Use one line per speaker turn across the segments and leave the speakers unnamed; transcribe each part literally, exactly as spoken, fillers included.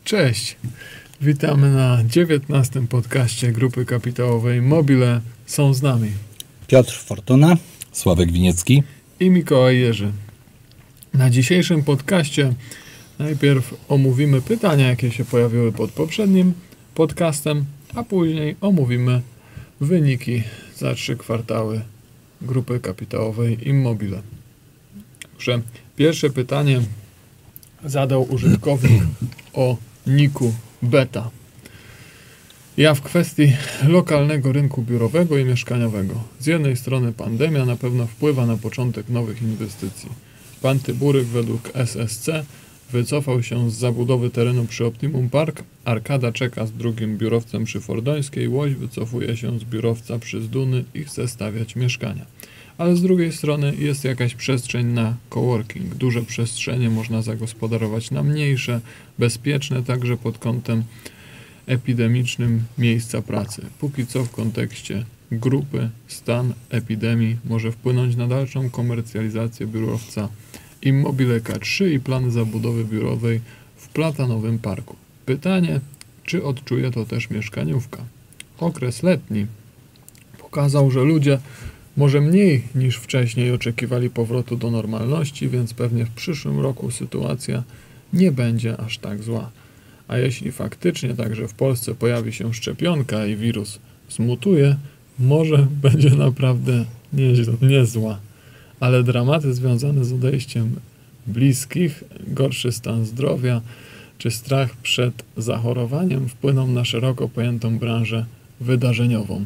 Cześć, witamy na dziewiętnastym podcaście Grupy Kapitałowej Mobile. Są z nami
Piotr Fortuna,
Sławek Winiecki
i Mikołaj Jerzy. Na dzisiejszym podcaście najpierw omówimy pytania, jakie się pojawiły pod poprzednim podcastem, a później omówimy wyniki za trzy kwartały Grupy Kapitałowej Immobile. Dobrze. Pierwsze pytanie zadał użytkownik o niku Beta. Ja w kwestii lokalnego rynku biurowego i mieszkaniowego. Z jednej strony pandemia na pewno wpływa na początek nowych inwestycji. Pan Tyburyk według S S C wycofał się z zabudowy terenu przy Optimum Park. Arkada czeka z drugim biurowcem przy Fordońskiej. Łódź wycofuje się z biurowca przy Zduny i chce stawiać mieszkania. Ale z drugiej strony jest jakaś przestrzeń na coworking. Duże przestrzenie można zagospodarować na mniejsze, bezpieczne także pod kątem epidemicznym miejsca pracy. Póki co w kontekście grupy stan epidemii może wpłynąć na dalszą komercjalizację biurowca Immobile K trzy i plany zabudowy biurowej w Platanowym Parku. Pytanie, czy odczuje to też mieszkaniówka? Okres letni pokazał, że ludzie może mniej niż wcześniej oczekiwali powrotu do normalności, więc pewnie w przyszłym roku sytuacja nie będzie aż tak zła. A jeśli faktycznie także w Polsce pojawi się szczepionka i wirus zmutuje, może będzie naprawdę niezła. Ale dramaty związane z odejściem bliskich, gorszy stan zdrowia czy strach przed zachorowaniem wpłyną na szeroko pojętą branżę wydarzeniową.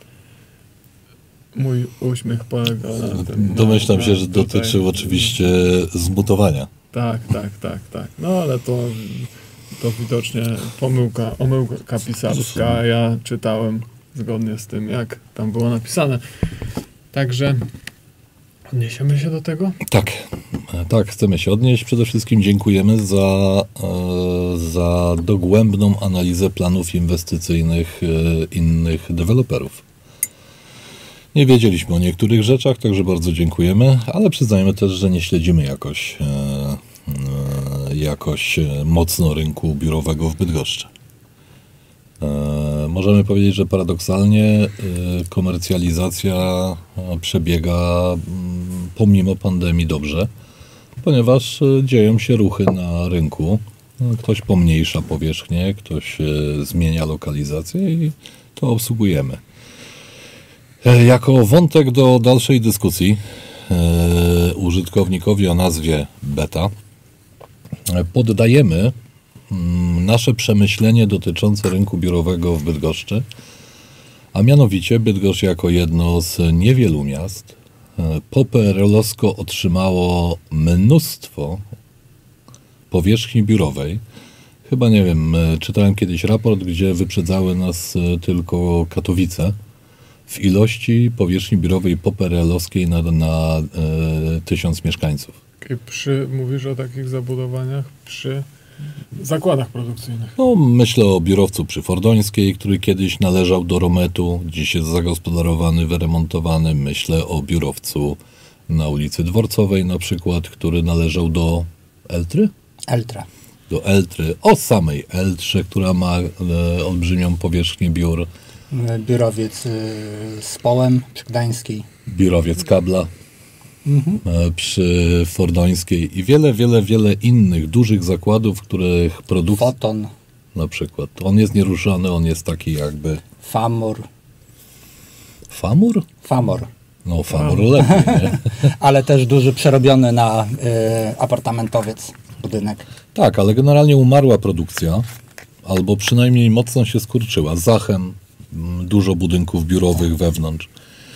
Mój uśmiech polega na tym.
Domyślam
na,
się, że
tutaj.
dotyczył oczywiście zmutowania.
Tak, tak, tak, tak. No ale to, to widocznie pomyłka, omyłka pisarska. Ja czytałem zgodnie z tym, jak tam było napisane. Także odniesiemy się do tego?
Tak, tak, chcemy się odnieść. Przede wszystkim dziękujemy za, za dogłębną analizę planów inwestycyjnych innych deweloperów. Nie wiedzieliśmy o niektórych rzeczach, także bardzo dziękujemy, ale przyznajemy też, że nie śledzimy jakoś, e, e, jakoś mocno rynku biurowego w Bydgoszczy. E, możemy powiedzieć, że paradoksalnie e, komercjalizacja przebiega m, pomimo pandemii dobrze, ponieważ e, dzieją się ruchy na rynku. Ktoś pomniejsza powierzchnię, ktoś e, zmienia lokalizację i to obsługujemy. Jako wątek do dalszej dyskusji e, użytkownikowi o nazwie Beta poddajemy m, nasze przemyślenie dotyczące rynku biurowego w Bydgoszczy, a mianowicie Bydgoszcz jako jedno z niewielu miast e, po P R L-owsko otrzymało mnóstwo powierzchni biurowej. Chyba nie wiem, e, czytałem kiedyś raport, gdzie wyprzedzały nas e, tylko Katowice w ilości powierzchni biurowej po P R L-owskiej na, na e, tysiąc mieszkańców.
I przy, mówisz o takich zabudowaniach przy zakładach produkcyjnych.
No, myślę o biurowcu przy Fordońskiej, który kiedyś należał do Rometu, dziś jest zagospodarowany, wyremontowany. Myślę o biurowcu na ulicy Dworcowej na przykład, który należał do Eltry?
Eltra.
Do Eltry, o samej Eltrze, która ma e, olbrzymią powierzchnię biur.
Biurowiec y, z Połem przy Gdańskiej.
Biurowiec Kabla
Mhm.
e, przy Fordońskiej i wiele, wiele, wiele innych dużych zakładów, których produkcja
Foton,
na przykład, on jest nieruszany, on jest taki jakby...
Famur.
Famur?
Famor.
No Famur lepiej, nie?
Ale też duży przerobiony na y, apartamentowiec budynek.
Tak, ale generalnie umarła produkcja, albo przynajmniej mocno się skurczyła. Zachem, m, dużo budynków biurowych wewnątrz.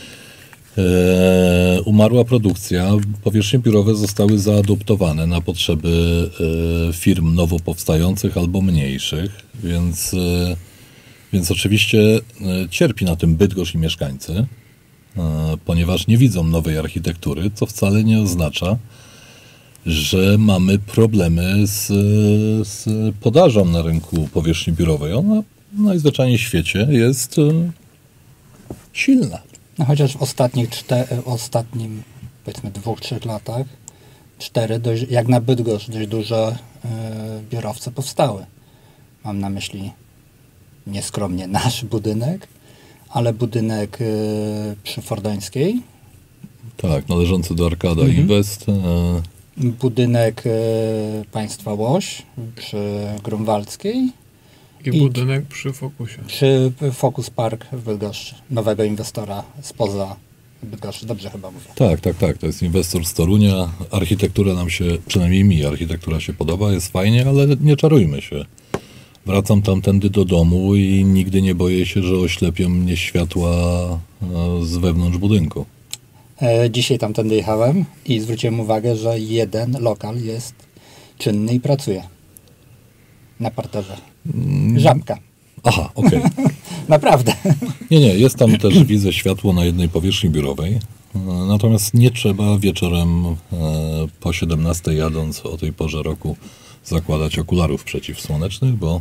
E, umarła produkcja, powierzchnie biurowe zostały zaadoptowane na potrzeby e, firm nowo powstających albo mniejszych, więc, e, więc oczywiście e, cierpi na tym Bydgoszcz i mieszkańcy, e, ponieważ nie widzą nowej architektury, co wcale nie oznacza, że mamy problemy z, z podażą na rynku powierzchni biurowej. Ona najzwyczajniej w świecie jest e, silna.
No chociaż w ostatnich czte, ostatnim powiedzmy dwóch, trzech latach cztery, dość, jak na Bydgoszcz, dość duże y, biurowce powstały. Mam na myśli nieskromnie nasz budynek, ale budynek y, przy Fordońskiej.
Tak, należący do Arkada
Mhm.
Invest. E,
Budynek y, państwa Łoś przy Grunwaldzkiej.
I,
I-
budynek przy Fokusie.
Przy Focus Park w Bydgoszczy. Nowego inwestora spoza Bydgoszczy. Dobrze chyba mówię.
tak, tak, tak. To jest inwestor z Torunia. Architektura nam się, przynajmniej mi, architektura się podoba, jest fajnie, ale nie czarujmy się. Wracam tamtędy do domu i nigdy nie boję się, że oślepią mnie światła e, z wewnątrz budynku.
E, dzisiaj tamtędy jechałem i zwróciłem uwagę, że jeden lokal jest czynny i pracuje. Na parterze. Żabka.
Aha, okej.
Naprawdę.
Nie, nie, jest tam też, widzę światło na jednej powierzchni biurowej. E, Natomiast nie trzeba wieczorem e, po siedemnastej jadąc o tej porze roku zakładać okularów przeciwsłonecznych, bo,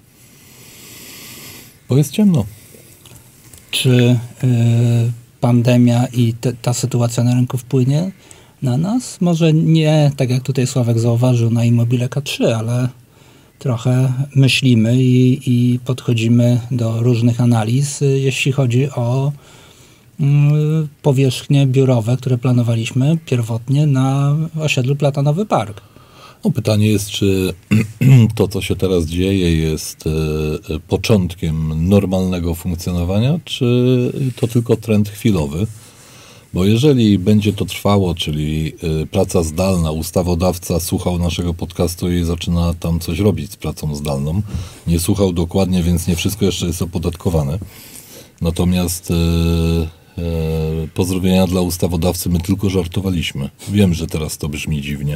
bo jest ciemno.
Czy y, pandemia i te, ta sytuacja na rynku wpłynie na nas? Może nie, tak jak tutaj Sławek zauważył, na Immobile K trzy, ale trochę myślimy i, i podchodzimy do różnych analiz, y, jeśli chodzi o y, powierzchnie biurowe, które planowaliśmy pierwotnie na osiedlu Platanowy Park.
No, pytanie jest, czy to, co się teraz dzieje, jest e, e, początkiem normalnego funkcjonowania, czy to tylko trend chwilowy? Bo jeżeli będzie to trwało, czyli e, praca zdalna, ustawodawca słuchał naszego podcastu i zaczyna tam coś robić z pracą zdalną. Nie słuchał dokładnie, więc nie wszystko jeszcze jest opodatkowane. Natomiast e, e, pozdrowienia dla ustawodawcy, my tylko żartowaliśmy. Wiem, że teraz to brzmi dziwnie.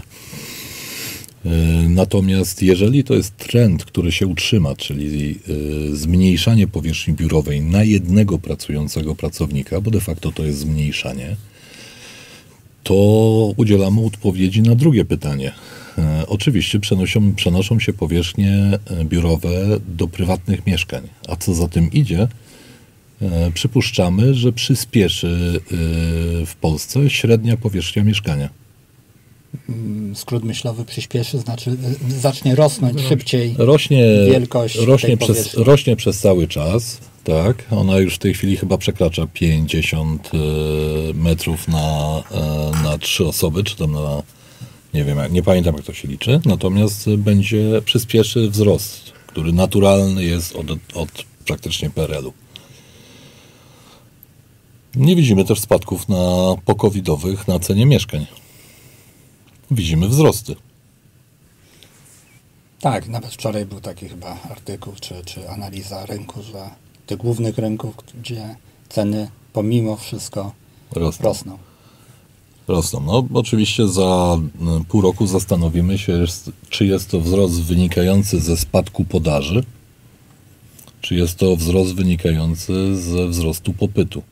Natomiast jeżeli to jest trend, który się utrzyma, czyli y, zmniejszanie powierzchni biurowej na jednego pracującego pracownika, bo de facto to jest zmniejszanie, to udzielamy odpowiedzi na drugie pytanie. E, oczywiście przenoszą, przenoszą się powierzchnie biurowe do prywatnych mieszkań, a co za tym idzie, e, przypuszczamy, że przyspieszy y, w Polsce średnia powierzchnia mieszkania.
Skrót myślowy przyspieszy, znaczy y, zacznie rosnąć szybciej
Rośnie,
wielkość
rośnie,
tej
przez,
powierzchni.
rośnie przez cały czas, tak. Ona już w tej chwili chyba przekracza pięćdziesiąt e, metrów na, e, na trzy osoby, czy tam na, nie wiem, jak- nie pamiętam jak to się liczy, natomiast będzie, przyspieszy wzrost, który naturalny jest od, od praktycznie P R L-u. Nie widzimy też spadków na pokowidowych na cenie mieszkań. Widzimy wzrosty.
Tak, nawet wczoraj był taki chyba artykuł czy, czy analiza rynku, że tych głównych rynków, gdzie ceny pomimo wszystko
Rosną.
rosną.
Rosną. No, oczywiście za y, pół roku zastanowimy się, jest, czy jest to wzrost wynikający ze spadku podaży, czy jest to wzrost wynikający ze wzrostu popytu.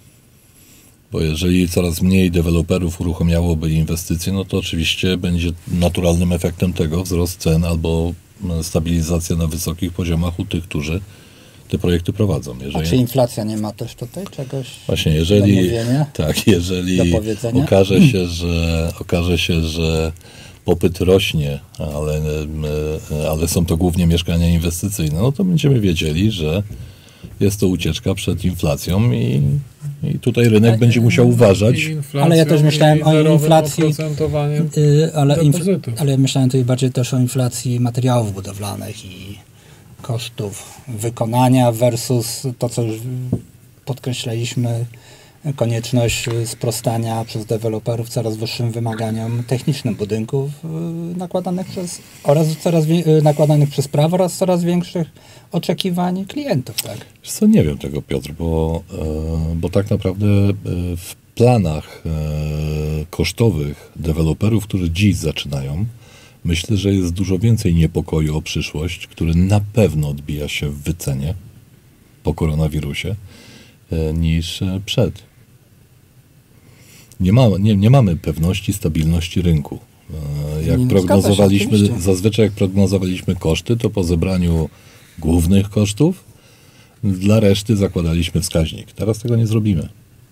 Bo jeżeli coraz mniej deweloperów uruchamiałoby inwestycje, no to oczywiście będzie naturalnym efektem tego wzrost cen albo y, stabilizacja na wysokich poziomach u tych, którzy te projekty prowadzą.
A
Jeżeli...
czy inflacja nie ma też tutaj czegoś
Właśnie, jeżeli,
do mówienia?
tak, jeżeli
Do powiedzenia?
okaże się, że, okaże się, że popyt rośnie, ale, e, ale są to głównie mieszkania inwestycyjne, no to będziemy wiedzieli, że jest to ucieczka przed inflacją i, i tutaj rynek będzie musiał uważać.
I inflacją,
Ale ja też myślałem
i
o
zerowym
inflacji,
oprocentowaniem
Yy, ale, inf-
depozytów.
ale myślałem tutaj bardziej też o inflacji materiałów budowlanych i kosztów wykonania versus to, co już podkreślaliśmy, konieczność sprostania przez deweloperów coraz wyższym wymaganiom technicznym budynków yy, nakładanych przez oraz coraz wie- yy, nakładanych przez prawo oraz coraz większych oczekiwań klientów, tak?
Wiesz co, nie wiem tego, Piotr, bo, e, bo tak naprawdę e, w planach e, kosztowych deweloperów, którzy dziś zaczynają, myślę, że jest dużo więcej niepokoju o przyszłość, który na pewno odbija się w wycenie po koronawirusie e, niż e, przed. Nie, ma, nie, nie mamy pewności stabilności rynku. E, Jak
Nie, no,
prognozowaliśmy,
zgadza się, oczywiście.
zazwyczaj jak prognozowaliśmy koszty, to po zebraniu głównych kosztów dla reszty zakładaliśmy wskaźnik. Teraz tego nie zrobimy.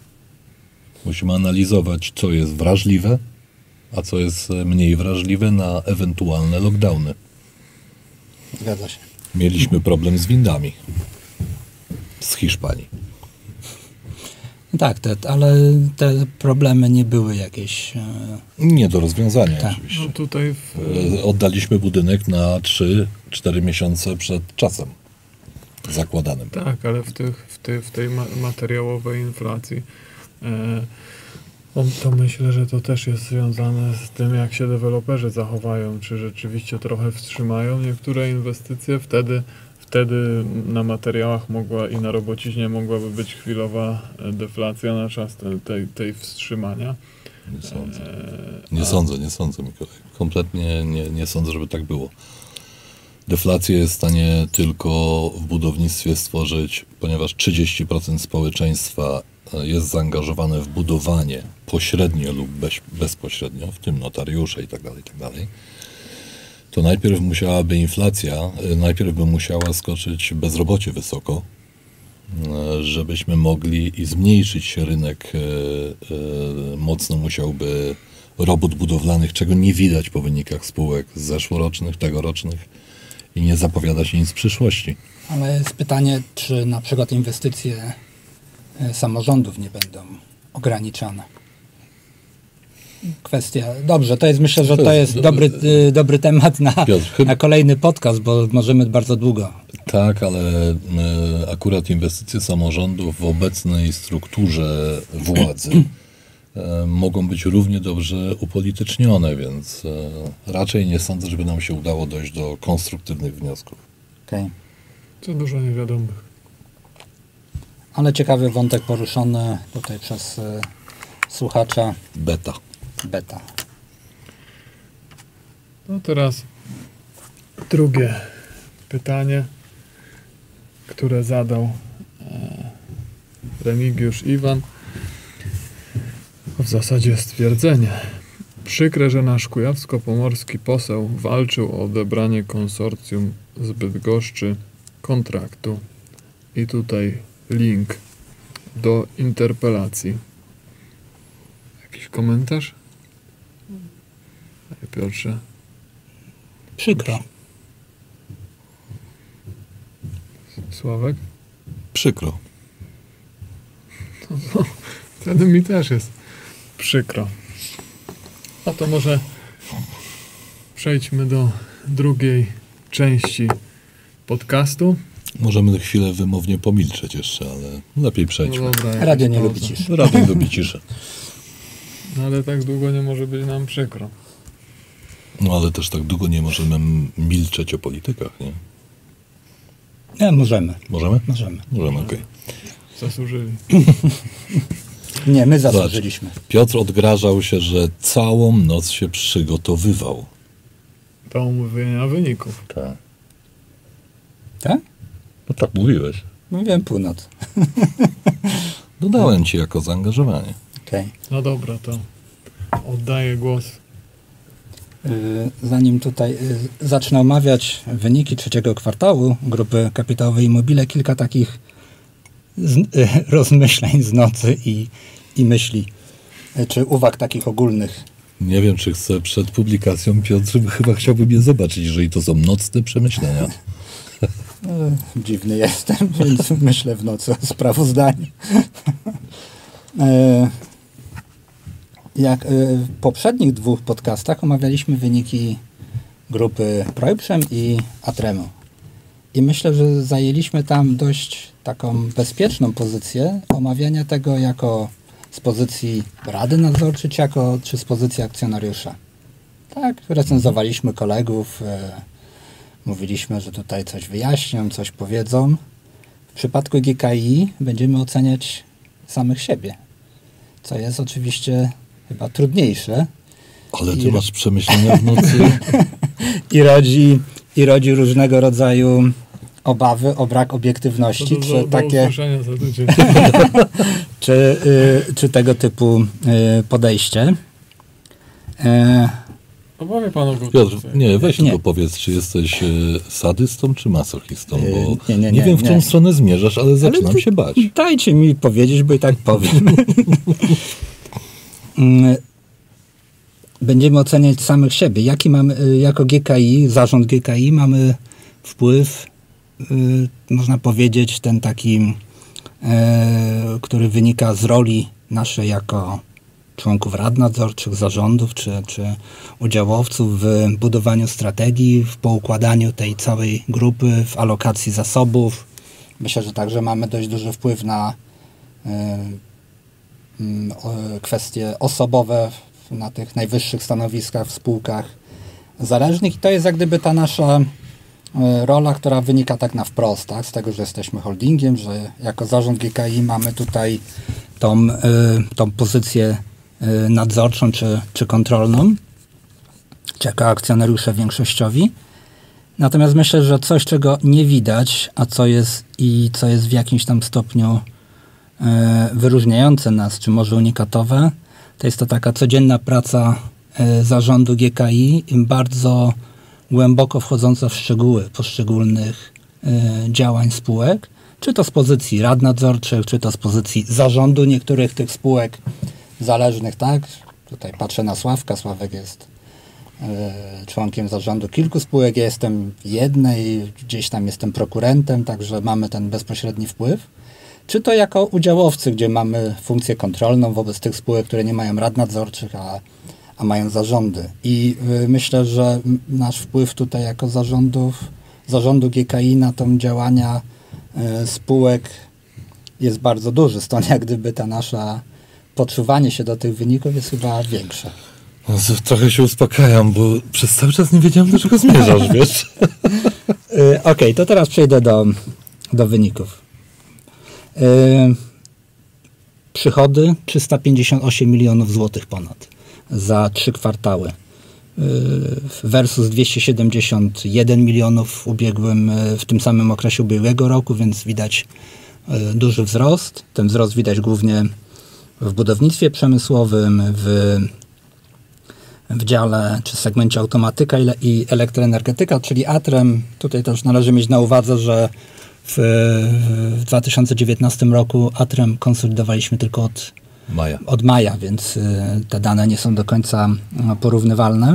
Musimy analizować, co jest wrażliwe, a co jest mniej wrażliwe na ewentualne lockdowny.
Zgadza się.
Mieliśmy problem z windami z Hiszpanii.
Tak, te, ale te problemy nie były jakieś... E...
Nie do rozwiązania
tak.
oczywiście.
No tutaj w...
Oddaliśmy budynek na trzy cztery miesiące przed czasem zakładanym.
Tak, ale w, tych, w, tej, w tej ma- materiałowej inflacji e, on, to myślę, że to też jest związane z tym, jak się deweloperzy zachowają, czy rzeczywiście trochę wstrzymają niektóre inwestycje, wtedy Wtedy na materiałach mogła i na robociźnie mogłaby być chwilowa deflacja na czas te, tej, tej wstrzymania.
Nie sądzę.
E,
Nie
a...
sądzę, nie sądzę, Mikołaj. Kompletnie nie, nie sądzę, żeby tak było. Deflację jest w stanie tylko w budownictwie stworzyć, ponieważ trzydzieści procent społeczeństwa jest zaangażowane w budowanie pośrednio lub bez, bezpośrednio, w tym notariusze i tak dalej, i tak dalej. To najpierw musiałaby inflacja, najpierw by musiała skoczyć bezrobocie wysoko, żebyśmy mogli i zmniejszyć się rynek, mocno musiałby robót budowlanych, czego nie widać po wynikach spółek zeszłorocznych, tegorocznych i nie zapowiada się nic w przyszłości.
Ale jest pytanie, czy na przykład inwestycje samorządów nie będą ograniczane. Kwestia. Dobrze, to jest, myślę, że to jest dobry, dobry temat na, Piotr, na kolejny podcast, bo możemy bardzo długo.
Tak, ale y, akurat inwestycje samorządów w obecnej strukturze władzy y, mogą być równie dobrze upolitycznione, więc y, raczej nie sądzę, żeby nam się udało dojść do konstruktywnych wniosków.
Okay.
Co dużo niewiadomych.
Ale ciekawy wątek poruszony tutaj przez y, słuchacza.
Beta.
Beta.
No teraz drugie pytanie, które zadał e, Remigiusz Iwan. W zasadzie stwierdzenie. Przykre, że nasz kujawsko-pomorski poseł walczył o odebranie konsorcjum z Bydgoszczy kontraktu. I tutaj link do interpelacji. Jakiś komentarz? Piotrze.
Przykro.
Sławek?
Przykro.
No, no, wtedy mi też jest przykro. A to może przejdźmy do drugiej części podcastu.
Możemy chwilę wymownie pomilczeć jeszcze, ale lepiej przejdźmy.
No dobra,
Radio nie lubi ciszy.
Radio lubi ciszę.
No ale tak długo nie może być nam przykro.
No ale też tak długo nie możemy milczeć o politykach, nie?
Nie, możemy.
Możemy?
Możemy.
Możemy, okej. Okay.
Zasłużyli.
Nie, my zasłużyliśmy.
Zobacz, Piotr odgrażał się, że całą noc się przygotowywał.
Do omówienia wyników.
Tak.
Tak?
No tak mówiłeś.
Mówiłem północ.
Dodałem ci jako zaangażowanie.
Okej. Okay.
No dobra, to oddaję głos.
Zanim tutaj zacznę omawiać wyniki trzeciego kwartału grupy kapitałowej Immobile, kilka takich z, rozmyśleń z nocy i, i myśli, czy uwag takich ogólnych.
Nie wiem, czy chcę przed publikacją, Piotr chyba chciałby mnie zobaczyć, jeżeli to są nocne przemyślenia.
Dziwny jestem, więc myślę w nocy o sprawozdaniu. Jak w poprzednich dwóch podcastach omawialiśmy wyniki grupy Proiprzem i Atremo. I myślę, że zajęliśmy tam dość taką bezpieczną pozycję omawiania tego jako z pozycji rady nadzorczej, czy, jako, czy z pozycji akcjonariusza. Tak, recenzowaliśmy kolegów, e, mówiliśmy, że tutaj coś wyjaśnią, coś powiedzą. W przypadku G K I będziemy oceniać samych siebie, co jest oczywiście chyba trudniejsze.
Ale ty
I...
masz przemyślenia w nocy.
I rodzi, i rodzi różnego rodzaju obawy o brak obiektywności,
do,
czy
do, do
takie, czy, y, czy tego typu y, podejście. E...
Opowie pan o
Piotr, nie, weź
nie.
tylko powiedz, czy jesteś y, sadystą, czy masochistą, bo
nie, nie, nie,
nie wiem, w którą
nie.
stronę zmierzasz, ale zaczynam
ale
się bać.
Dajcie mi powiedzieć, bo i tak powiem. Będziemy oceniać samych siebie. Jaki mamy, jako G K I, zarząd G K I mamy wpływ można powiedzieć, ten taki, który wynika z roli naszej jako członków rad nadzorczych, zarządów czy, czy udziałowców w budowaniu strategii, w poukładaniu tej całej grupy, w alokacji zasobów. Myślę, że także mamy dość duży wpływ na kwestie osobowe na tych najwyższych stanowiskach w spółkach zależnych i to jest jak gdyby ta nasza rola, która wynika tak na wprost, tak? Z tego, że jesteśmy holdingiem, że jako zarząd G K I mamy tutaj tą, tą pozycję nadzorczą czy, czy kontrolną, czy jako akcjonariusze większościowi. Natomiast myślę, że coś, czego nie widać, a co jest i co jest w jakimś tam stopniu wyróżniające nas, czy może unikatowe, to jest to taka codzienna praca zarządu G K I, bardzo głęboko wchodząca w szczegóły poszczególnych działań spółek, czy to z pozycji rad nadzorczych, czy to z pozycji zarządu niektórych tych spółek zależnych, tak? Tutaj patrzę na Sławka, Sławek jest członkiem zarządu kilku spółek, ja jestem w jednej, gdzieś tam jestem prokurentem, także mamy ten bezpośredni wpływ. Czy to jako udziałowcy, gdzie mamy funkcję kontrolną wobec tych spółek, które nie mają rad nadzorczych, a, a mają zarządy. I y, myślę, że nasz wpływ tutaj jako zarządów, zarządu G K I na tą działania y, spółek jest bardzo duży. Stąd jak gdyby ta nasza poczuwanie się do tych wyników jest chyba większe.
No, trochę się uspokajam, bo przez cały czas nie wiedziałem, do czego zmierzasz, wiesz?
y, Okej, okay, to teraz przejdę do, do wyników. Yy, przychody trzysta pięćdziesiąt osiem milionów złotych ponad za trzy kwartały yy, versus dwieście siedemdziesiąt jeden milionów w ubiegłym, w tym samym okresie ubiegłego roku, więc widać yy, duży wzrost. Ten wzrost widać głównie w budownictwie przemysłowym, w, w dziale czy segmencie automatyka i elektroenergetyka, czyli Atrem. Tutaj też należy mieć na uwadze, że W, w dwa tysiące dziewiętnastym roku Atrem konsolidowaliśmy tylko od
maja,
od maja, więc y, te dane nie są do końca y, porównywalne.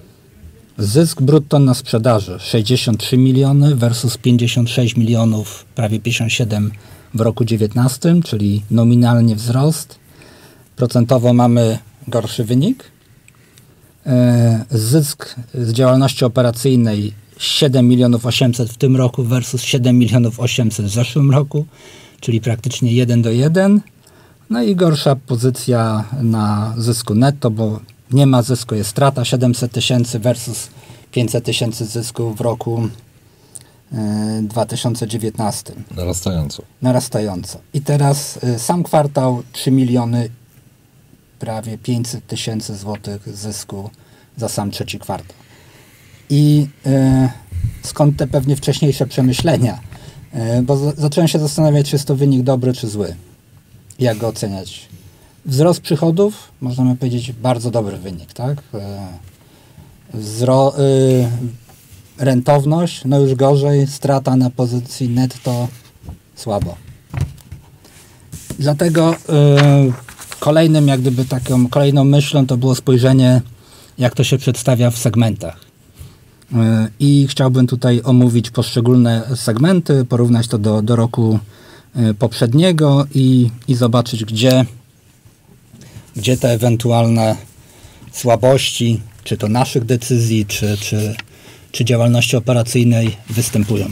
Zysk brutto na sprzedaży sześćdziesiąt trzy miliony versus pięćdziesiąt sześć milionów, prawie pięćdziesiąt siedem w roku dziewiętnastym, czyli nominalnie wzrost. Procentowo mamy gorszy wynik. Y, zysk z działalności operacyjnej siedem milionów osiemset w tym roku versus siedem milionów osiemset w zeszłym roku, czyli praktycznie jeden do jeden. No i gorsza pozycja na zysku netto, bo nie ma zysku, jest strata siedemset tysięcy versus pięćset tysięcy zysku w roku y, dwa tysiące dziewiętnastym.
Narastająco.
Narastająco. I teraz y, sam kwartał trzy miliony, prawie pięćset tysięcy złotych zysku za sam trzeci kwartał. I y, skąd te pewnie wcześniejsze przemyślenia? Y, bo z, zacząłem się zastanawiać, czy jest to wynik dobry, czy zły. Jak go oceniać? Wzrost przychodów, można powiedzieć, bardzo dobry wynik, tak? Y, wzro, y, rentowność, no już gorzej, strata na pozycji netto, słabo. Dlatego y, kolejnym, jak gdyby taką kolejną myślą to było spojrzenie, jak to się przedstawia w segmentach. I chciałbym tutaj omówić poszczególne segmenty, porównać to do, do roku poprzedniego i, i zobaczyć, gdzie, gdzie te ewentualne słabości, czy to naszych decyzji, czy, czy, czy działalności operacyjnej występują.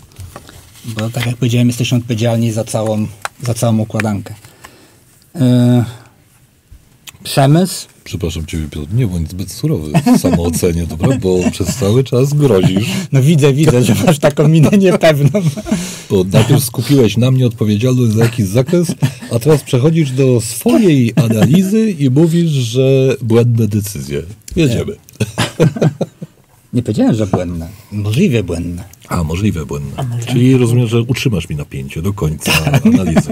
Bo tak jak powiedziałem, jesteśmy odpowiedzialni za całą, za całą układankę. Yy, przemysł.
Przepraszam Ciebie, Piotr, nie bądź zbyt surowy w samoocenie, dobra? Bo przez cały czas grozisz.
No widzę, widzę, że masz taką minę niepewną.
Bo najpierw skupiłeś na mnie odpowiedzialność za jakiś zakres, a teraz przechodzisz do swojej analizy i mówisz, że błędne decyzje. Jedziemy.
Nie powiedziałem, że błędne. Możliwie błędne.
A, możliwe błędne. Czyli rozumiem, że utrzymasz mi napięcie do końca analizy.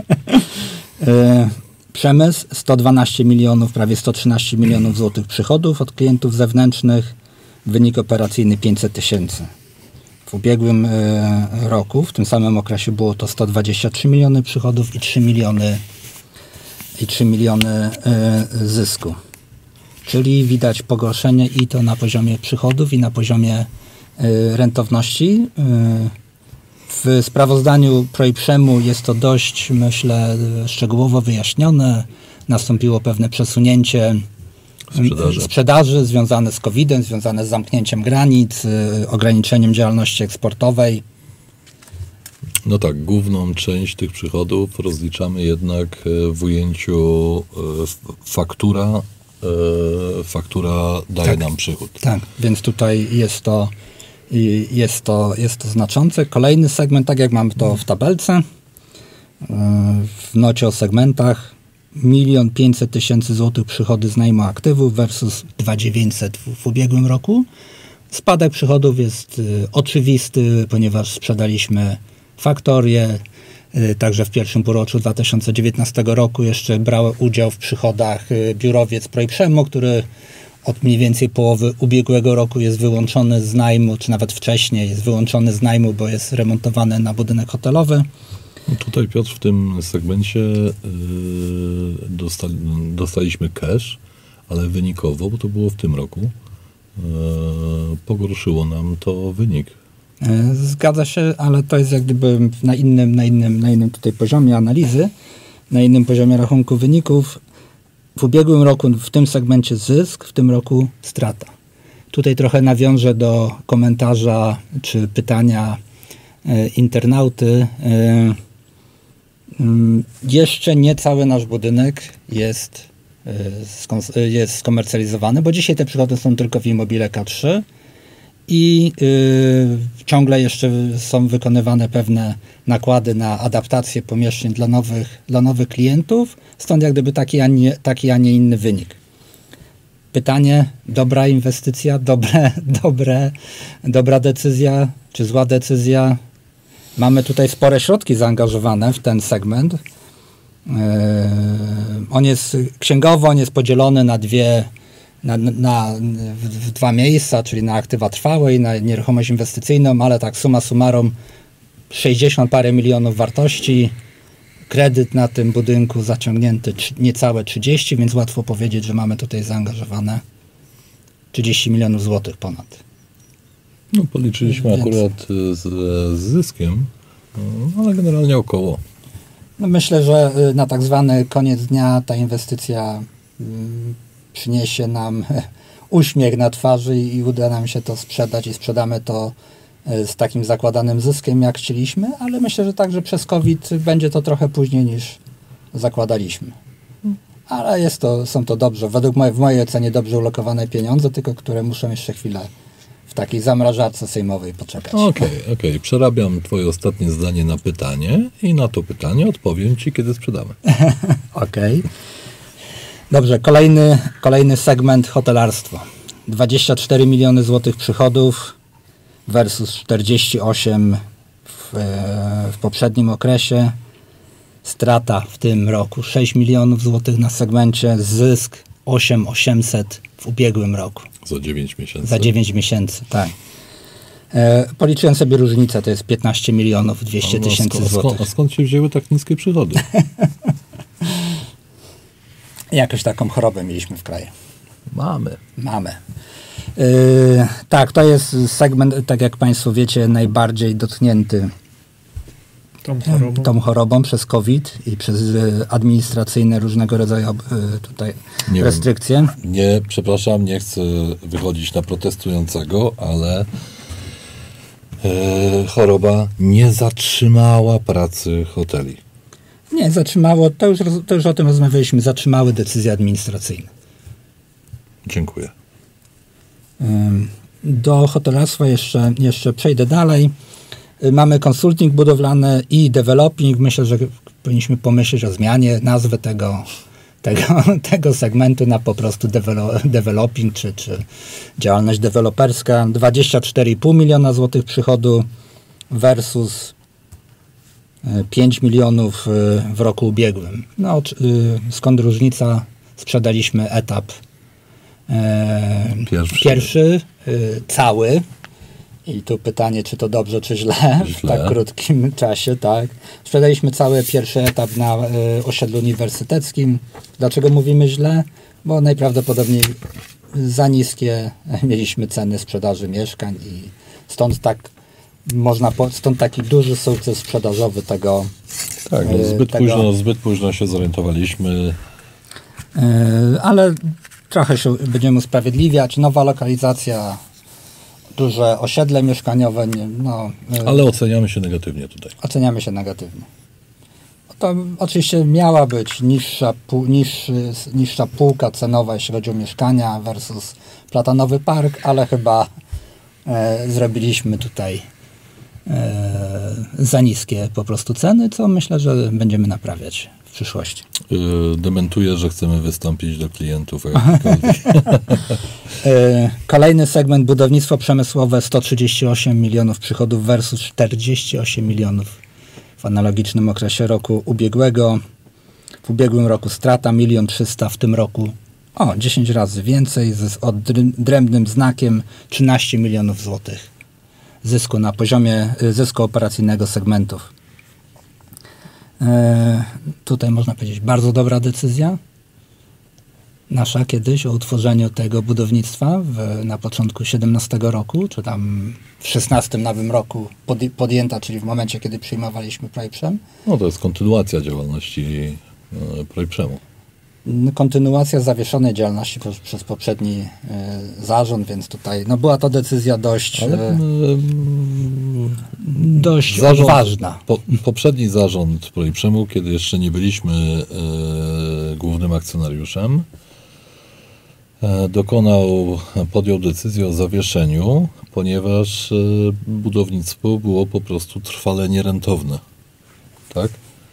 e, przemysł sto dwanaście milionów, prawie sto trzynaście milionów złotych przychodów od klientów zewnętrznych. Wynik operacyjny pięćset tysięcy. W ubiegłym e, roku, w tym samym okresie było to sto dwadzieścia trzy miliony przychodów i trzy miliony, i trzy miliony e, zysku. Czyli widać pogorszenie i to na poziomie przychodów, i na poziomie y, rentowności. Y, W sprawozdaniu ProIprzemu jest to dość, myślę, szczegółowo wyjaśnione. Nastąpiło pewne przesunięcie
Sprzedaży.
sprzedaży związane z kowidem, związane z zamknięciem granic, y, ograniczeniem działalności eksportowej.
No tak, główną część tych przychodów rozliczamy jednak e, w ujęciu e, f- faktura. e, Faktura daje
Tak.
nam przychód.
Tak, więc tutaj jest to, i jest to, jest to znaczące. Kolejny segment, tak jak mamy to w tabelce, y, w nocie o segmentach, milion pięćset tysięcy złotych przychody z najmu aktywów versus dwa tysiące dziewięćset w, w ubiegłym roku. Spadek przychodów jest y, oczywisty, ponieważ sprzedaliśmy faktorię. Y, także w pierwszym półroczu dwa tysiące dziewiętnastego roku jeszcze brał udział w przychodach y, biurowiec ProIprzemu, który od mniej więcej połowy ubiegłego roku jest wyłączony z najmu, czy nawet wcześniej jest wyłączony z najmu, bo jest remontowany na budynek hotelowy.
No tutaj, Piotr, w tym segmencie yy, dostali, dostaliśmy cash, ale wynikowo, bo to było w tym roku, yy, pogorszyło nam to wynik.
E, Zgadza się, ale to jest jak gdyby na innym, na innym, na innym tutaj poziomie analizy, na innym poziomie rachunku wyników. W ubiegłym roku w tym segmencie zysk, w tym roku strata. Tutaj trochę nawiążę do komentarza czy pytania e, internauty. E, mm, jeszcze nie cały nasz budynek jest, e, skons- e, jest skomercjalizowany, bo dzisiaj te przychody są tylko w Immobile K trzy. I y, ciągle jeszcze są wykonywane pewne nakłady na adaptację pomieszczeń dla nowych, dla nowych klientów, stąd jak gdyby taki, a nie, taki, a nie inny wynik. Pytanie, dobra inwestycja, dobre, dobre, dobra decyzja, czy zła decyzja? Mamy tutaj spore środki zaangażowane w ten segment. Yy, on jest księgowo, on jest podzielony na dwie Na, na, w, w dwa miejsca, czyli na aktywa trwałe i na nieruchomość inwestycyjną, ale tak summa summarum sześćdziesiąt parę milionów wartości, kredyt na tym budynku zaciągnięty tr- niecałe trzydzieści, więc łatwo powiedzieć, że mamy tutaj zaangażowane trzydzieści milionów złotych ponad.
No, policzyliśmy
Więc-
akurat y, z, z zyskiem, no, ale generalnie około.
No myślę, że y, na tak zwany koniec dnia ta inwestycja mm, przyniesie nam uśmiech na twarzy i uda nam się to sprzedać i sprzedamy to y, z takim zakładanym zyskiem, jak chcieliśmy, ale myślę, że także przez COVID będzie to trochę później niż zakładaliśmy. Ale jest to, są to dobrze, według mojej, w mojej ocenie dobrze ulokowane pieniądze, tylko które muszą jeszcze chwilę w takiej zamrażarce sejmowej poczekać.
Okej, okej. Przerabiam twoje ostatnie zdanie na pytanie i na to pytanie odpowiem ci, kiedy sprzedamy.
Okej. Dobrze, kolejny, kolejny segment hotelarstwo. dwadzieścia cztery miliony złotych przychodów versus czterdzieści osiem w, e, w poprzednim okresie. Strata w tym roku sześć milionów złotych na segmencie, zysk osiem tysięcy osiemset w ubiegłym roku.
Za dziewięć miesięcy.
Za dziewięć miesięcy, tak. E, policzyłem sobie różnicę, to jest piętnaście milionów dwieście
No,
tysięcy
skąd,
złotych.
skąd, a skąd się wzięły tak niskie przychody?
Jakoś taką chorobę mieliśmy w kraju.
Mamy.
Mamy. Yy, tak, to jest segment, tak jak Państwo wiecie, najbardziej dotknięty
Tą chorobą.
tą chorobą przez COVID i przez y, administracyjne różnego rodzaju y, tutaj
Nie
restrykcje.
Nie, przepraszam, nie chcę wychodzić na protestującego, ale e, choroba nie zatrzymała pracy hoteli.
Nie, zatrzymało, to już, roz- to już o tym rozmawialiśmy, zatrzymały decyzje administracyjne.
Dziękuję.
Ym, Do hotelarstwa jeszcze, jeszcze przejdę dalej. Y, Mamy konsulting budowlany i developing. Myślę, że powinniśmy pomyśleć o zmianie nazwy tego, tego, tego segmentu na po prostu dewelo- developing czy, czy działalność deweloperska. dwadzieścia cztery i pół miliona złotych przychodu versus y, pięć milionów y, w roku ubiegłym. No, czy- y, skąd różnica? Sprzedaliśmy etap e,
Pierwszy.
pierwszy y, cały. I tu pytanie, czy to dobrze, czy źle, w
Źle.
tak krótkim czasie, tak. Sprzedaliśmy cały pierwszy etap na y, osiedlu uniwersyteckim. Dlaczego mówimy źle? Bo najprawdopodobniej za niskie mieliśmy ceny sprzedaży mieszkań i stąd tak można po, stąd taki duży sukces sprzedażowy tego.
Tak, no zbyt,
tego,
późno, zbyt późno się zorientowaliśmy.
Yy, ale trochę się będziemy usprawiedliwiać. Nowa lokalizacja, duże osiedle mieszkaniowe. Nie, no, yy,
Ale oceniamy się negatywnie tutaj.
Oceniamy się negatywnie. To oczywiście miała być niższa, pół, niższy, niższa półka cenowa, jeśli chodzi o mieszkania versus Platanowy Park, ale chyba e, zrobiliśmy tutaj e, za niskie po prostu ceny, co myślę, że będziemy naprawiać w przyszłości.
Yy, dementuję, że chcemy wystąpić do klientów. jakkolwiek.
e, kolejny segment budownictwo przemysłowe, sto trzydzieści osiem milionów przychodów versus czterdzieści osiem milionów w analogicznym okresie roku ubiegłego. W ubiegłym roku strata milion trzysta, w tym roku o dziesięć razy więcej, z odrębnym znakiem trzynaście milionów złotych zysku na poziomie zysku operacyjnego segmentów. E, tutaj można powiedzieć bardzo dobra decyzja nasza kiedyś o utworzeniu tego budownictwa w, na początku siedemnastego roku, czy tam w szesnastym nowym roku pod, podjęta, czyli w momencie, kiedy przyjmowaliśmy Projprzem.
No to jest kontynuacja działalności e, Projprzemu.
Kontynuacja zawieszonej działalności przez, przez poprzedni e, zarząd, więc tutaj no była to decyzja dość,
Ale,
e, dość
zarząd,
odważna.
Po, poprzedni zarząd Projprzemu, kiedy jeszcze nie byliśmy e, głównym akcjonariuszem, e, dokonał, podjął decyzję o zawieszeniu, ponieważ e, budownictwo było po prostu trwale nierentowne. Tak?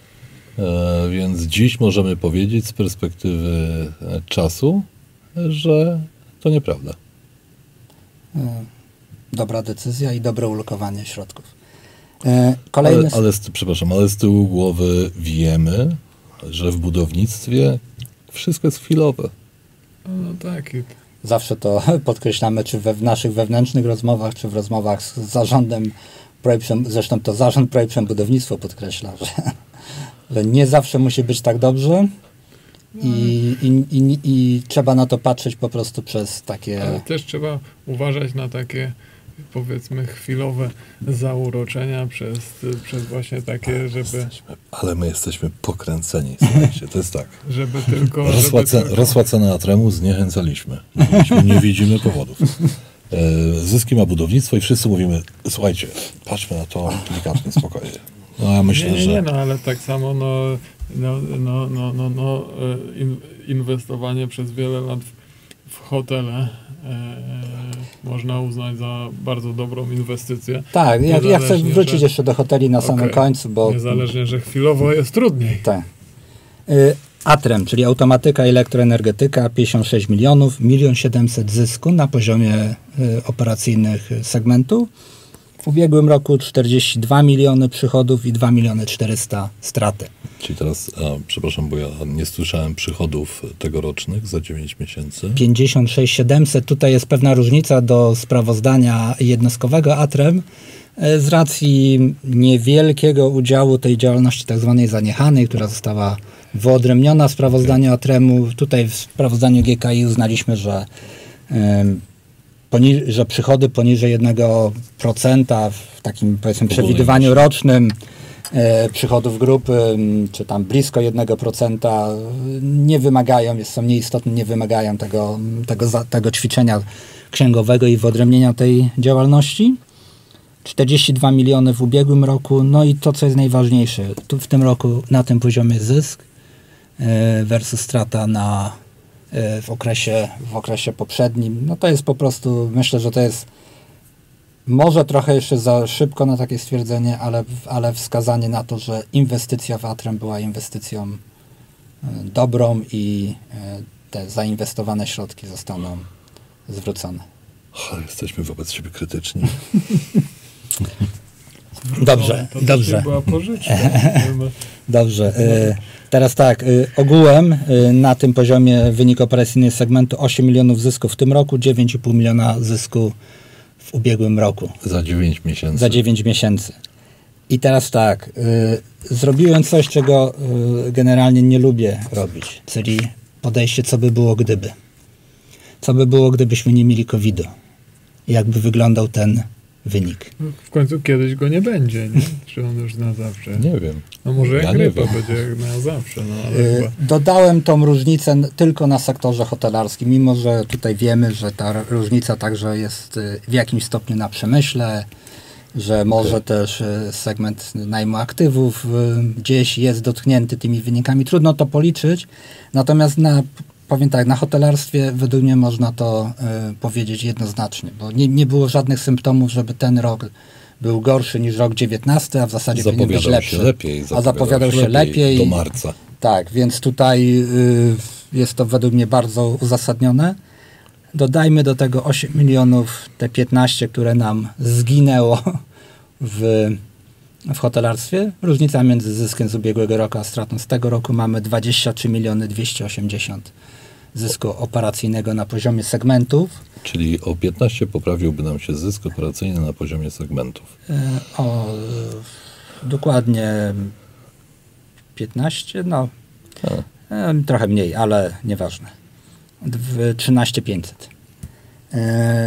E, więc dziś możemy powiedzieć z perspektywy e, czasu, że to nieprawda.
E, dobra decyzja i dobre ulokowanie środków. E, kolejny...
Ale, ale z, przepraszam, ale z tyłu głowy wiemy, że w budownictwie wszystko jest chwilowe.
No tak. I...
Zawsze to podkreślamy, czy we w naszych wewnętrznych rozmowach, czy w rozmowach z zarządem Projprzem, zresztą to zarząd Projprzem Budownictwo podkreśla, że, że nie zawsze musi być tak dobrze i, i, i, i trzeba na to patrzeć po prostu przez takie...
Ale też trzeba uważać na takie, powiedzmy, chwilowe zauroczenia przez, przez właśnie takie, żeby...
Jesteśmy, ale my jesteśmy pokręceni, słuchajcie, to jest tak.
Żeby tylko...
Rosła,
żeby
ce,
tylko...
rosła cena Atremu, zniechęcaliśmy. Mówiliśmy, nie widzimy powodów. E, zyski ma budownictwo i wszyscy mówimy, słuchajcie, patrzmy na to delikatnie, spokojnie. No ja myślę,
nie, nie,
że...
nie, no ale tak samo no, no, no, no, no, no in, inwestowanie przez wiele lat w, w hotele e, można uznać za bardzo dobrą inwestycję.
Tak, ja, ja chcę wrócić
że...
jeszcze do hoteli na samym
okay.
końcu, bo...
Niezależnie, że chwilowo jest trudniej.
Tak. Y, Atrem, czyli automatyka, elektroenergetyka, pięćdziesiąt sześć milionów, milion siedemset zysku na poziomie y, operacyjnych segmentu. W ubiegłym roku czterdzieści dwa miliony przychodów i dwa miliony czterysta straty.
Czyli teraz, a, przepraszam, bo ja nie słyszałem przychodów tegorocznych za dziewięć miesięcy.
pięćdziesiąt sześć siedemset. Tutaj jest pewna różnica do sprawozdania jednostkowego Atrem z racji niewielkiego udziału tej działalności tak zwanej zaniechanej, która została wyodrębniona w sprawozdaniu Atremu. Tutaj w sprawozdaniu G K I uznaliśmy, że ym, Poni- że przychody poniżej jednego procenta w takim, powiedzmy, przewidywaniu rocznym e, przychodów grupy, m, czy tam blisko jednego procenta nie wymagają, jest, są nieistotne, nie wymagają tego, tego, za, tego ćwiczenia księgowego i wyodrębnienia tej działalności. czterdzieści dwa miliony w ubiegłym roku, no i to, co jest najważniejsze, tu w tym roku na tym poziomie zysk e, versus strata na w okresie, w okresie poprzednim. No to jest po prostu, myślę, że to jest może trochę jeszcze za szybko na takie stwierdzenie, ale, ale wskazanie na to, że inwestycja w Atrem była inwestycją dobrą i te zainwestowane środki zostaną zwrócone.
O, jesteśmy wobec siebie krytyczni.
Dobrze,
to, to
dobrze.
była pożyczka.
Dobrze. Y, teraz tak, y, ogółem y, na tym poziomie wynik operacyjny segmentu osiem milionów zysku w tym roku, dziewięć i pół miliona zysku w ubiegłym roku.
Za dziewięć miesięcy.
Za dziewięć miesięcy. I teraz tak, y, zrobiłem coś, czego y, generalnie nie lubię robić, czyli podejście, co by było gdyby. Co by było, gdybyśmy nie mieli kowida? Jak by wyglądał ten wynik.
W końcu kiedyś go nie będzie, nie? Czy on już na zawsze?
Nie wiem.
No może jak
Ja nie
grypa
wiem.
będzie jak na zawsze, no ale
Y,
chyba...
Dodałem tą różnicę n- tylko na sektorze hotelarskim, mimo że tutaj wiemy, że ta r- różnica także jest y, w jakimś stopniu na przemyśle, że może też y, segment najmu aktywów y, gdzieś jest dotknięty tymi wynikami. Trudno to policzyć, natomiast na, powiem tak, na hotelarstwie według mnie można to y, powiedzieć jednoznacznie, bo nie, nie było żadnych symptomów, żeby ten rok był gorszy niż rok dziewiętnasty, a w zasadzie powinien być
Zapowiadał
lepszy.
się lepiej.
a zapowiadał się lepiej.
Do marca.
Tak, więc tutaj y, jest to według mnie bardzo uzasadnione. Dodajmy do tego osiem milionów, te piętnaście, które nam zginęło w, w hotelarstwie. Różnica między zyskiem z ubiegłego roku a stratą z tego roku mamy dwadzieścia trzy miliony dwieście osiemdziesiąt zysku operacyjnego na poziomie segmentów.
Czyli o piętnaście poprawiłby nam się zysk operacyjny na poziomie segmentów.
Y, o y, dokładnie piętnaście, no
A.
y, trochę mniej, ale nieważne. W trzynaście tysięcy pięćset. Y,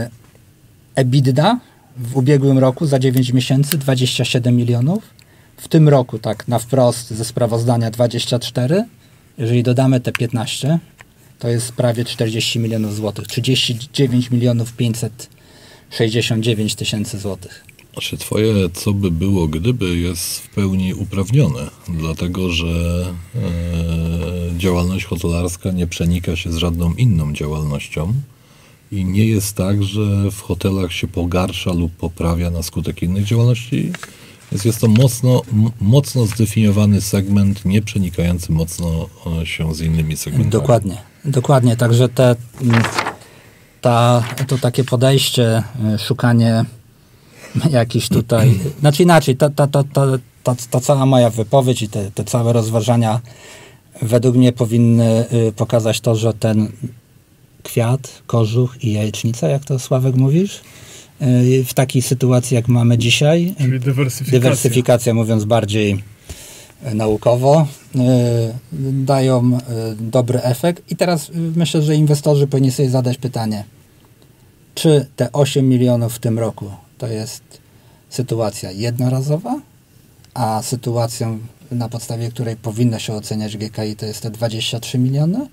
EBITDA w ubiegłym roku za dziewięć miesięcy dwadzieścia siedem milionów. W tym roku tak na wprost ze sprawozdania dwadzieścia cztery. Jeżeli dodamy te piętnaście, to jest prawie czterdzieści milionów złotych. trzydzieści dziewięć milionów pięćset sześćdziesiąt dziewięć tysięcy złotych.
Znaczy twoje co by było gdyby jest w pełni uprawnione, dlatego że e, działalność hotelarska nie przenika się z żadną inną działalnością i nie jest tak, że w hotelach się pogarsza lub poprawia na skutek innych działalności. Więc jest to mocno, m- mocno zdefiniowany segment, nie przenikający mocno e, się z innymi segmentami.
Dokładnie, dokładnie. Także te, mm, ta, to takie podejście, y, szukanie jakiś tutaj, znaczy inaczej, ta, ta, ta, ta, ta, ta cała moja wypowiedź i te, te całe rozważania według mnie powinny y, pokazać to, że ten kwiat, kożuch i jajecznica, jak to Sławek mówisz, y, w takiej sytuacji jak mamy dzisiaj,
Czyli dywersyfikacja.
dywersyfikacja mówiąc bardziej y, naukowo, y, dają y, dobry efekt i teraz y, myślę, że inwestorzy powinni sobie zadać pytanie, czy te osiem milionów w tym roku to jest sytuacja jednorazowa, a sytuacją, na podstawie której powinno się oceniać G K I, to jest te dwadzieścia trzy miliony?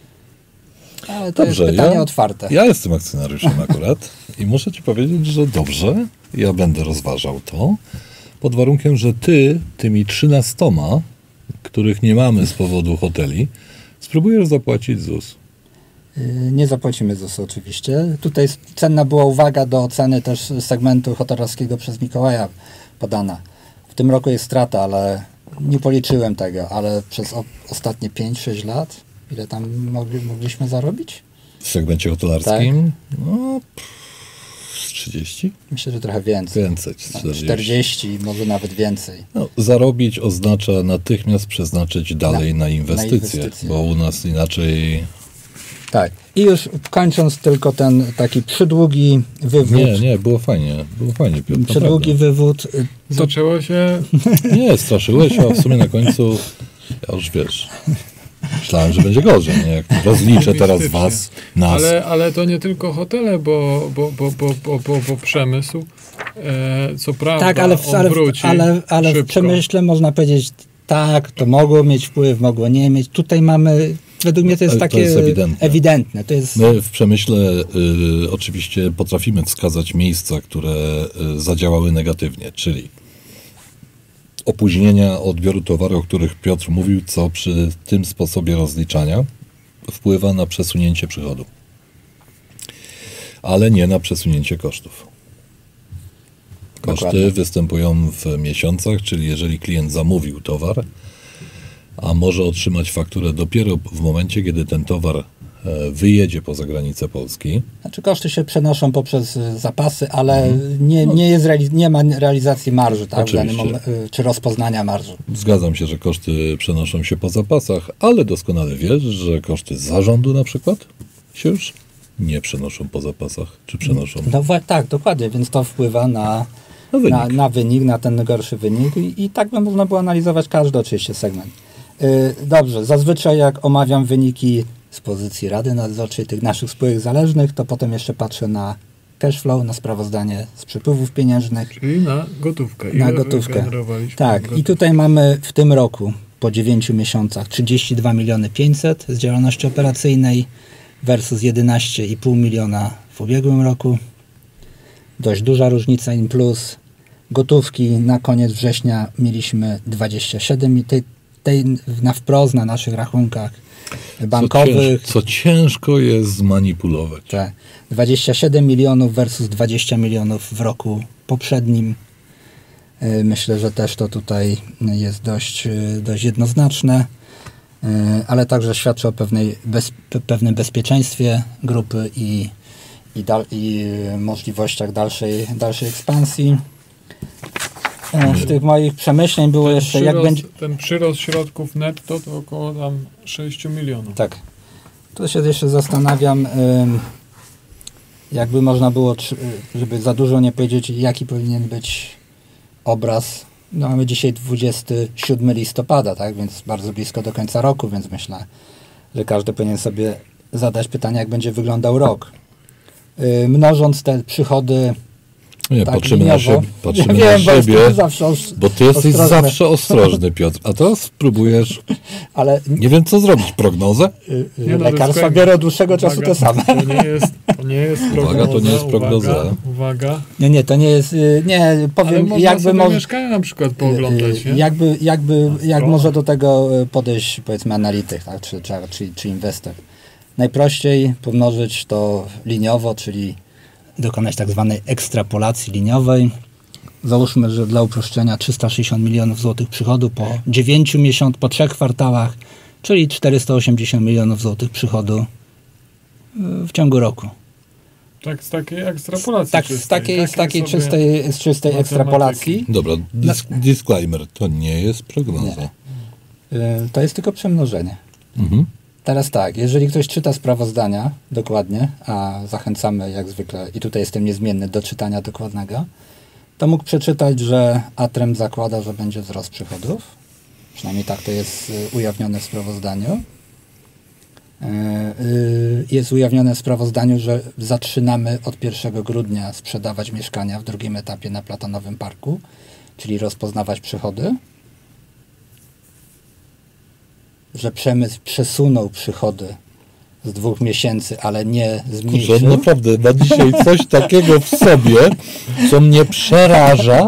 Ale to
Dobrze,
jest pytanie
ja,
otwarte.
Ja jestem akcjonariuszem akurat i muszę ci powiedzieć, że dobrze, ja będę rozważał to, pod warunkiem, że ty tymi trzynastoma, których nie mamy z powodu hoteli, spróbujesz zapłacić ZUS.
Yy, Nie zapłacimy ZUS-u oczywiście. Tutaj s- cenna była uwaga do oceny też segmentu hotelarskiego przez Mikołaja podana. W tym roku jest strata, ale nie policzyłem tego, ale przez o, ostatnie pięć sześć lat, ile tam mogli, mogliśmy zarobić?
W segmencie hotelarskim? No, pff, z trzydzieści?
Myślę, że trochę więcej.
Więcej,
No,
czterdzieści.
czterdzieści, może nawet więcej.
No, zarobić oznacza natychmiast przeznaczyć dalej
Na-
na,
na
inwestycje,
inwestycje.
bo u nas inaczej...
Tak. I już kończąc tylko ten taki przydługi wywód.
Nie, nie, było fajnie, było fajnie, Piotr,
Przydługi
naprawdę.
wywód. y,
Zaczęło się...
Nie, straszyłeś, a w sumie na końcu, ja już wiesz, myślałem, że będzie gorzej, nie? Jak rozliczę teraz was, nas.
Ale, ale to nie tylko hotele, bo, bo, bo, bo, bo, bo, bo przemysł, e, co prawda,
Tak, ale w,
on
ale, w-
wróci
ale, ale w
szybko.
przemyśle można powiedzieć, tak, to mogło mieć wpływ, mogło nie mieć. Tutaj mamy, według mnie to jest
Ale to
takie
jest ewidentne.
ewidentne. To jest,
My w przemyśle y, oczywiście potrafimy wskazać miejsca, które y, zadziałały negatywnie, czyli opóźnienia odbioru towaru, o których Piotr mówił, co przy tym sposobie rozliczania wpływa na przesunięcie przychodu, ale nie na przesunięcie kosztów. Koszty
Dokładnie.
występują w miesiącach, czyli jeżeli klient zamówił towar, a może otrzymać fakturę dopiero w momencie, kiedy ten towar e, wyjedzie poza granicę Polski.
znaczy koszty się przenoszą poprzez y, zapasy, ale nie, nie, jest reali- nie ma realizacji marży, tak, w danym
Oczywiście.
mom- y, czy rozpoznania marży.
Zgadzam się, że koszty przenoszą się po zapasach, ale doskonale wiesz, że koszty zarządu na przykład się już nie przenoszą po zapasach, czy przenoszą
No wa- tak, dokładnie, więc to wpływa na,
na wynik.
na, na wynik, na ten gorszy wynik i, i tak by można było analizować każdy oczywiście segment. Yy, dobrze, zazwyczaj jak omawiam wyniki z pozycji Rady Nadzorczej tych naszych spółek zależnych, to potem jeszcze patrzę na cash flow, na sprawozdanie z przepływów pieniężnych.
Czyli na gotówkę.
Na
Ile
gotówkę.
wygenerowaliśmy
Tak,
gotówki?
i tutaj mamy w tym roku po dziewięciu miesiącach trzydzieści dwa miliony pięćset z działalności operacyjnej versus jedenaście i pół miliona w ubiegłym roku. Dość duża różnica in plus. Gotówki na koniec września mieliśmy dwadzieścia siedem i tej, tej na wprost na naszych rachunkach bankowych.
Co, cięż, co ciężko jest zmanipulować.
Te dwadzieścia siedem milionów versus dwadzieścia milionów w roku poprzednim. Myślę, że też to tutaj jest dość, dość jednoznaczne, ale także świadczy o pewnej bez, pewnym bezpieczeństwie grupy i, i, dal, i możliwościach dalszej, dalszej ekspansji. Z tych moich przemyśleń było
ten
jeszcze,
przyrost,
jak będzie...
Ten przyrost środków netto to około tam sześć milionów.
Tak. Tu się jeszcze zastanawiam, jakby można było, żeby za dużo nie powiedzieć, jaki powinien być obraz. No, mamy dzisiaj dwudziestego siódmego listopada, tak, więc bardzo blisko do końca roku, więc myślę, że każdy powinien sobie zadać pytanie, jak będzie wyglądał rok. Yy, mnożąc te przychody
Nie,
tak
patrzymy na siebie, patrzymy
ja
na
wiem, bo
siebie,
jestem zawsze os-
bo ty jesteś
ostrożny.
zawsze ostrożny, Piotr, a teraz spróbujesz,
Ale
nie wiem co zrobić, prognozę?
yy,
Nie, no,
lekarstwa
dyskretnie.
biorą od dłuższego czasu
Uwaga,
te same.
To nie jest, to nie jest prognoza.
Uwaga, to nie jest prognoza.
Uwaga, uwaga.
Nie, nie, to nie jest, yy, nie,
Ale
powiem,
można
jakby
sobie
może...
mieszkania na przykład pooglądać, nie?
Jakby, jakby, jak
O.
może do tego podejść, powiedzmy, analityk, tak, czy, czy, czy, czy inwestor. Najprościej pomnożyć to liniowo, czyli dokonać tak zwanej ekstrapolacji liniowej. Załóżmy, że dla uproszczenia trzysta sześćdziesiąt milionów złotych przychodu po dziewięciu miesiącach, po trzech kwartałach, czyli czterysta osiemdziesiąt milionów złotych przychodu w ciągu roku.
Tak, z takiej ekstrapolacji
Tak,
czystej.
z takiej, z
Takiej
takiej
sobie
czystej, z czystej
matematyki.
ekstrapolacji.
Dobra, dis- disclaimer, to nie jest prognoza.
y, To jest tylko przemnożenie.
Mhm.
Teraz tak, jeżeli ktoś czyta sprawozdania dokładnie, a zachęcamy jak zwykle, i tutaj jestem niezmienny, do czytania dokładnego, to mógł przeczytać, że Atrem zakłada, że będzie wzrost przychodów. Przynajmniej tak to jest y, ujawnione w sprawozdaniu. Y, y, Jest ujawnione w sprawozdaniu, że zaczynamy od pierwszego grudnia sprzedawać mieszkania w drugim etapie na Platonowym Parku, czyli rozpoznawać przychody. Że przemysł przesunął przychody z dwóch miesięcy, ale nie
Kurczę,
zmniejszył.
on naprawdę ma dzisiaj coś takiego w sobie, co mnie przeraża.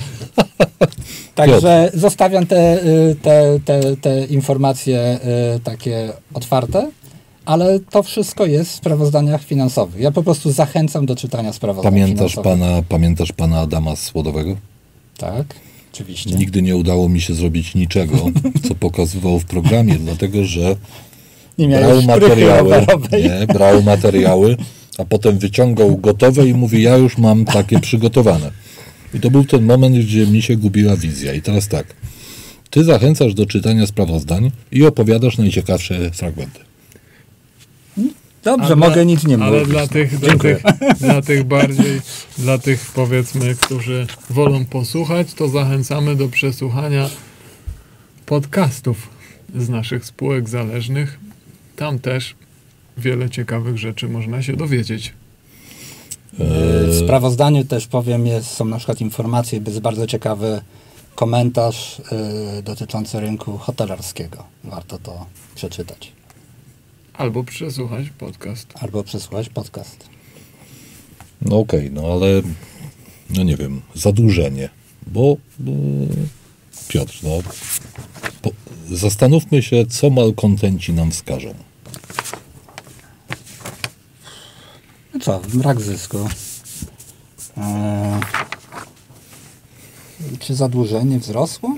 Także zostawiam te, y, te, te, te informacje y, takie otwarte, ale to wszystko jest w sprawozdaniach finansowych. Ja po prostu zachęcam do czytania sprawozdań
Pamiętasz
finansowych.
pana, pamiętasz pana Adama Słodowego?
Tak, oczywiście.
Nigdy nie udało mi się zrobić niczego, co pokazywał w programie, dlatego że
Nie
brał
miałeś szprychy
materiały,
rowerowej.
nie, brał materiały, a potem wyciągał gotowe i mówi, ja już mam takie przygotowane. I to był ten moment, gdzie mi się gubiła wizja. I teraz tak, ty zachęcasz do czytania sprawozdań i opowiadasz najciekawsze fragmenty.
Dobrze,
A
mogę
dla-
nic nie
Ale
mówić.
dla tych, dla,
Dziękuję.
tych, dla tych bardziej, dla tych powiedzmy, którzy wolą posłuchać, to zachęcamy do przesłuchania podcastów z naszych spółek zależnych. Tam też wiele ciekawych rzeczy można się dowiedzieć.
W sprawozdaniu też powiem, jest, są na przykład informacje, jest bardzo ciekawy komentarz y, dotyczący rynku hotelarskiego. Warto to przeczytać.
Albo przesłuchać podcast.
Albo przesłuchać podcast.
No okej, no ale no nie wiem, zadłużenie, bo, bo Piotr, no po, zastanówmy się, co malkontenci nam wskażą.
No co, brak zysku. Eee, czy zadłużenie wzrosło?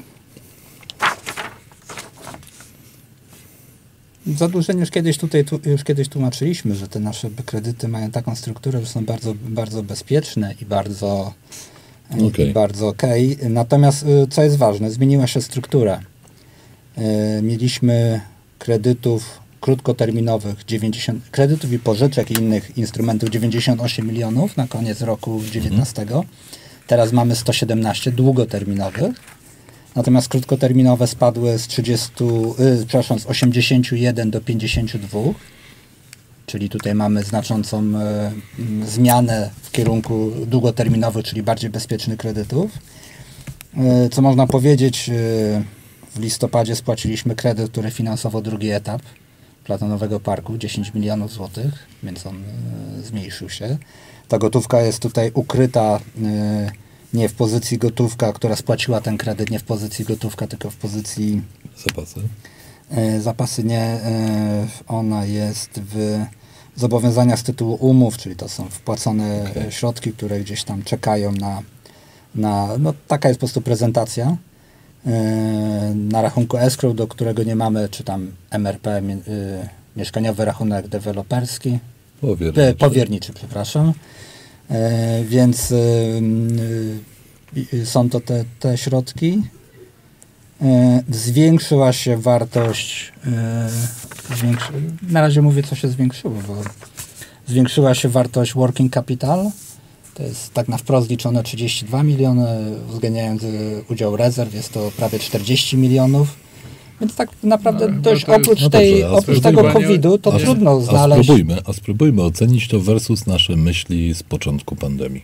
Zadłużenie już kiedyś tutaj tu, już kiedyś tłumaczyliśmy, że te nasze kredyty mają taką strukturę, że są bardzo, bardzo bezpieczne i bardzo
Okay.
i bardzo okej. Natomiast y, co jest ważne, zmieniła się struktura. Y, mieliśmy kredytów krótkoterminowych dziewięćdziesiąt, kredytów i pożyczek i innych instrumentów dziewięćdziesiąt osiem milionów na koniec roku dziewiętnastego. Teraz mamy sto siedemnaście długoterminowych. Natomiast krótkoterminowe spadły z trzydziestu, y, przepraszam, z osiemdziesięciu jeden do pięćdziesięciu dwóch. czyli tutaj mamy znaczącą e, zmianę w kierunku długoterminowych, czyli bardziej bezpiecznych kredytów. E, co można powiedzieć, e, w listopadzie spłaciliśmy kredyt, który finansował drugi etap Platonowego Parku, dziesięć milionów złotych, więc on e, zmniejszył się. Ta gotówka jest tutaj ukryta e, nie w pozycji gotówka, która spłaciła ten kredyt, nie w pozycji gotówka, tylko w pozycji
Zapasy.
E, zapasy nie, e, ona jest w zobowiązania z tytułu umów, czyli to są wpłacone okay. środki, które gdzieś tam czekają na, na no taka jest po prostu prezentacja. E, na rachunku escrow, do którego nie mamy, czy tam M R P, e, mieszkaniowy rachunek deweloperski,
powierniczy,
e, powierniczy przepraszam. E, więc e, e, są to te, te środki. E, zwiększyła się wartość, e, zwiększy, na razie mówię, co się zwiększyło, bo zwiększyła się wartość working capital, to jest tak na wprost liczone trzydzieści dwa miliony, uwzględniając udział rezerw jest to prawie czterdzieści milionów, więc tak naprawdę no, dość oprócz,
no
tej,
dobrze,
oprócz tego kowida to
a,
trudno
a
znaleźć.
Spróbujmy, a spróbujmy ocenić to versus nasze myśli z początku pandemii.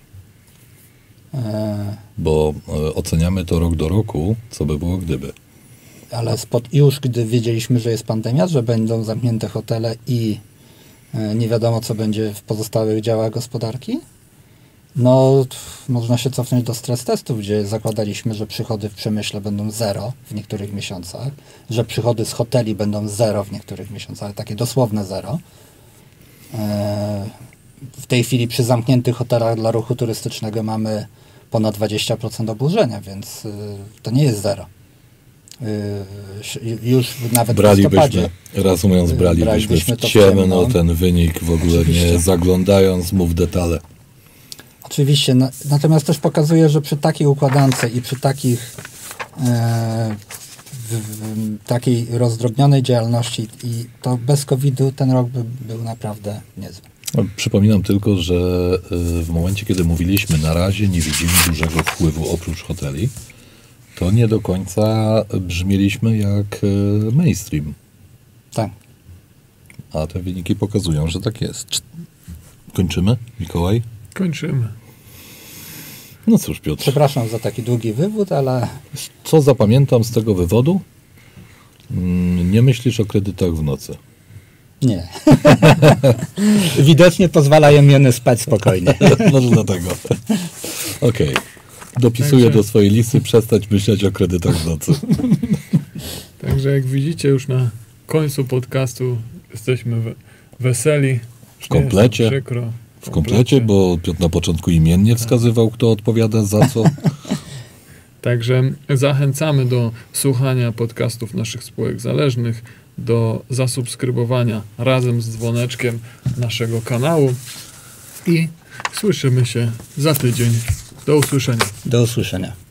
Bo e, oceniamy to rok do roku, co by było gdyby.
Ale spod, już gdy wiedzieliśmy, że jest pandemia, że będą zamknięte hotele i e, nie wiadomo, co będzie w pozostałych działach gospodarki, no t, można się cofnąć do stres testów, gdzie zakładaliśmy, że przychody w przemyśle będą zero w niektórych miesiącach, że przychody z hoteli będą zero w niektórych miesiącach, ale takie dosłowne zero. E, w tej chwili przy zamkniętych hotelach dla ruchu turystycznego mamy ponad dwadzieścia procent obłożenia, więc y, to nie jest zero. Y, już nawet
bralibyśmy,
w listopadzie.
reasumując, bralibyśmy, bralibyśmy w ciemno ten wynik, w ogóle Oczywiście. nie zaglądając mu w detale.
Oczywiście, na, natomiast też pokazuje, że przy takiej układance i przy takich e, w, w, takiej rozdrobnionej działalności i to bez kowida ten rok by był naprawdę niezły.
Przypominam tylko, że w momencie, kiedy mówiliśmy na razie nie widzimy dużego wpływu oprócz hoteli, to nie do końca brzmieliśmy jak mainstream.
Tak.
A te wyniki pokazują, że tak jest. Kończymy, Mikołaj?
Kończymy.
No cóż, Piotr.
Przepraszam za taki długi wywód, ale...
Co zapamiętam z tego wywodu? Nie myślisz o kredytach w nocy.
Nie. Widocznie pozwalają mi one spać spokojnie.
Może dlatego. Okej. Okay. Dopisuję Także... do swojej listy przestać myśleć o kredytach w nocy.
Także jak widzicie już na końcu podcastu jesteśmy we- weseli.
W komplecie.
Przykro.
W komplecie, bo Piotr na początku imiennie wskazywał, kto odpowiada za co.
Także zachęcamy do słuchania podcastów naszych spółek zależnych, do zasubskrybowania razem z dzwoneczkiem naszego kanału i słyszymy się za tydzień. Do usłyszenia.
Do usłyszenia.